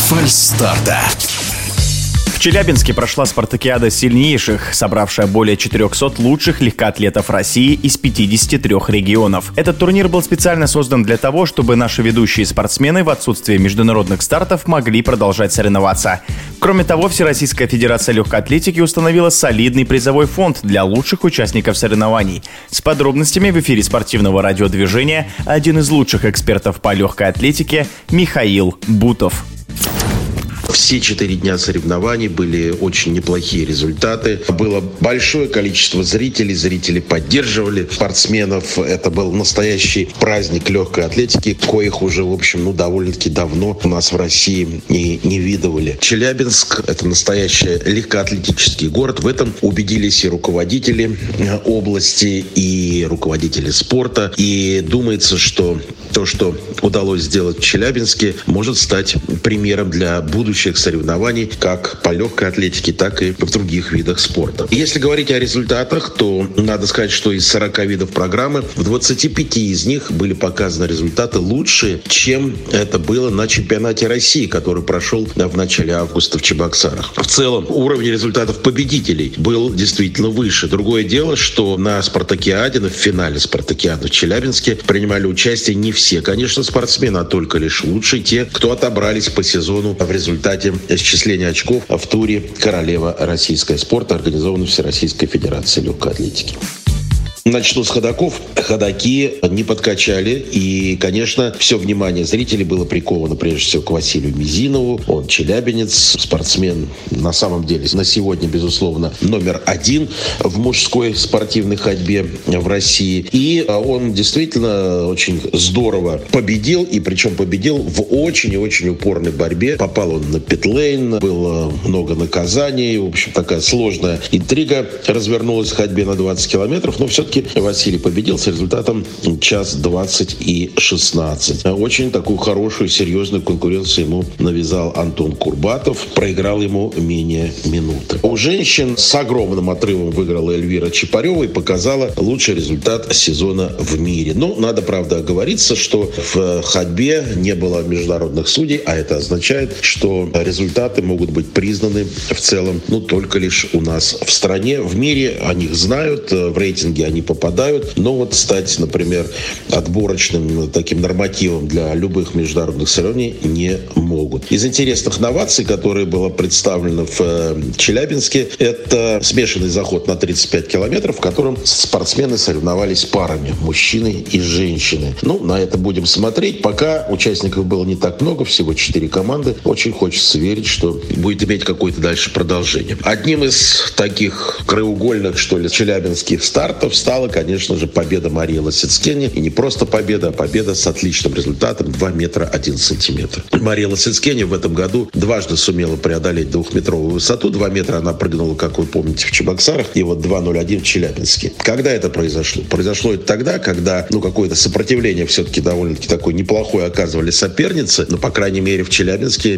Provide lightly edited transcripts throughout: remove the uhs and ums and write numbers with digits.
Фальстарта. В Челябинске прошла спартакиада сильнейших, собравшая более 400 лучших легкоатлетов России из 53 регионов. Этот турнир был специально создан для того, чтобы наши ведущие спортсмены в отсутствие международных стартов могли продолжать соревноваться. Кроме того, Всероссийская Федерация Легкой Атлетики установила солидный призовой фонд для лучших участников соревнований. С подробностями в эфире спортивного радиодвижения один из лучших экспертов по легкой атлетике Михаил Бутов. Все 4 дня соревнований были очень неплохие результаты. Было большое количество зрителей. Зрители поддерживали спортсменов. Это был настоящий праздник легкой атлетики, коих уже, в общем, довольно-таки давно у нас в России и не видывали. Челябинск – это настоящий легкоатлетический город. В этом убедились и руководители области, и руководители спорта. И думается, что то, что удалось сделать в Челябинске, может стать примером для будущих соревнований как по легкой атлетике, так и в других видах спорта. Если говорить о результатах, то надо сказать, что из 40 видов программы в 25 из них были показаны результаты лучшие, чем это было на чемпионате России, который прошел в начале августа в Чебоксарах. В целом, уровень результатов победителей был действительно выше. Другое дело, что на спартакиаде, в финале спартакиады в Челябинске принимали участие не все, конечно, спортсмены, а только лишь лучшие те, кто отобрались по сезону в результате исчисления очков в туре «Королева российского спорта», организованной Всероссийской Федерацией Легкой Атлетики. Начну с ходаков. Ходаки не подкачали. И, конечно, все внимание зрителей было приковано прежде всего к Василию Мизинову. Он челябинец, спортсмен на самом деле на сегодня, безусловно, номер 1 в мужской спортивной ходьбе в России. И он действительно очень здорово победил. И причем победил в очень и очень упорной борьбе. Попал он на питлейн, было много наказаний. В общем, такая сложная интрига развернулась в ходьбе на 20 километров. Но все-таки Василий победил с результатом 1:20 и 16. Очень такую хорошую, серьезную конкуренцию ему навязал Антон Курбатов. Проиграл ему менее минуты. У женщин с огромным отрывом выиграла Эльвира Чапарева и показала лучший результат сезона в мире. Но надо, правда, оговориться, что в ходьбе не было международных судей, а это означает, что результаты могут быть признаны в целом, только лишь у нас в стране. В мире о них знают, в рейтинге они попадают, но вот стать, например, отборочным таким нормативом для любых международных соревнований не могут. Из интересных новаций, которые было представлено в Челябинске, это смешанный заход на 35 километров, в котором спортсмены соревновались парами, мужчины и женщины. На это будем смотреть. Пока участников было не так много, всего 4 команды. Очень хочется верить, что будет иметь какое-то дальше продолжение. Одним из таких краеугольных, челябинских стартов стала, конечно же, победа Марии Лосицкене. И не просто победа, а победа с отличным результатом 2 метра 1 сантиметр. Мария Лосицкене в этом году дважды сумела преодолеть 2-метровую высоту. 2 метра она прыгнула, как вы помните, в Чебоксарах, и 2:01 в Челябинске. Когда это произошло? Произошло это тогда, когда какое-то сопротивление все-таки довольно-таки такое неплохое оказывали соперницы. По крайней мере, в Челябинске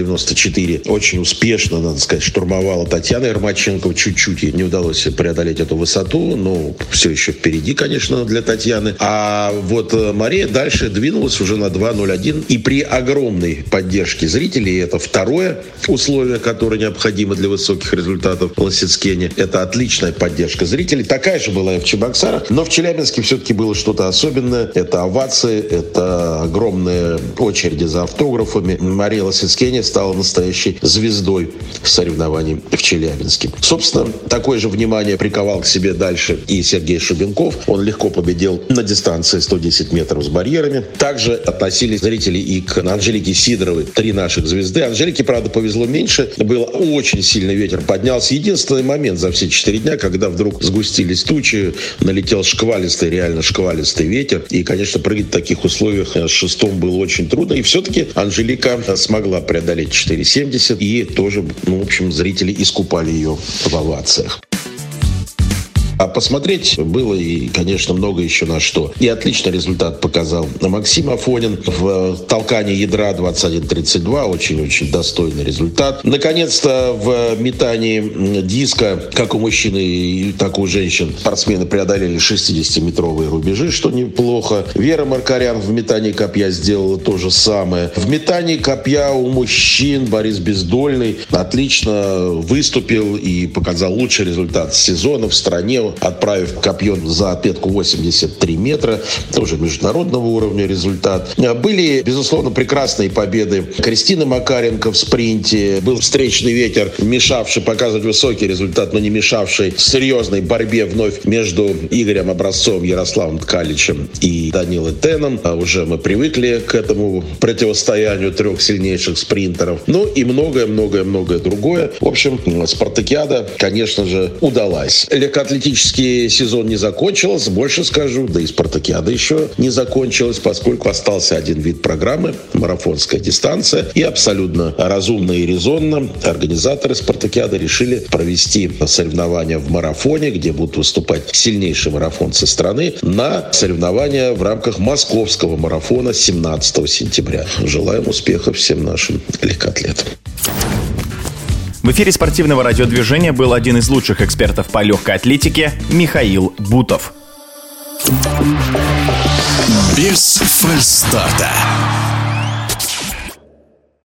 1,94 м очень успешно, надо сказать, штурмовала Татьяна Ермаченко. Чуть-чуть ей не удалось преодолеть эту высоту, но все еще впереди, конечно, для Татьяны. А Мария дальше двинулась уже на 2:01. И при огромной поддержке зрителей, это второе условие, которое необходимо для высоких результатов Лосицкене, это отличная поддержка зрителей. Такая же была и в Чебоксарах, но в Челябинске все-таки было что-то особенное. Это овации, это огромные очереди за автографами. Мария Лосицкене стала настоящей звездой соревнований в Челябинске. Собственно, такое же внимание приковал к себе дальше и Сергей Шубенков. Он легко победил на дистанции 110 метров с барьерами. Также относились зрители и к Анжелике Сидоровой. 3 наших звезды. Анжелике, правда, повезло меньше. Был очень сильный ветер, поднялся. Единственный момент за все 4 дня, когда вдруг сгустились тучи, налетел реально шквалистый ветер. И, конечно, прыгать в таких условиях с шестом было очень трудно. И все-таки Анжелика смогла преодолеть 4,70. И тоже, зрители искупали ее в овациях. А посмотреть было и, конечно, много еще на что. И отличный результат показал Максим Афонин в толкании ядра 21.32. Очень-очень достойный результат. Наконец-то в метании диска, как у мужчин, так и у женщин, спортсмены преодолели 60-метровые рубежи, что неплохо. Вера Маркарян в метании копья сделала то же самое. В метании копья у мужчин Борис Бездольный отлично выступил и показал лучший результат сезона в стране, отправив копье за отметку 83 метра. Тоже международного уровня результат. Были, безусловно, прекрасные победы Кристины Макаренко в спринте. Был встречный ветер, мешавший показывать высокий результат, но не мешавший серьезной борьбе вновь между Игорем Образцовым, Ярославом Ткаличем и Данилой Теном. Уже мы привыкли к этому противостоянию трех сильнейших спринтеров. Ну и многое-многое-многое другое. В общем, спартакиада, конечно же, удалась. Легкоатлетический сезон не закончился, больше скажу, да и спартакиада еще не закончилась, поскольку остался один вид программы — марафонская дистанция. И абсолютно разумно и резонно организаторы спартакиады решили провести соревнования в марафоне, где будут выступать сильнейшие марафонцы страны, на соревнования в рамках московского марафона 17 сентября. Желаем успехов всем нашим легкоатлетам. В эфире спортивного радиодвижения был один из лучших экспертов по легкой атлетике Михаил Бутов. Без фальстарта.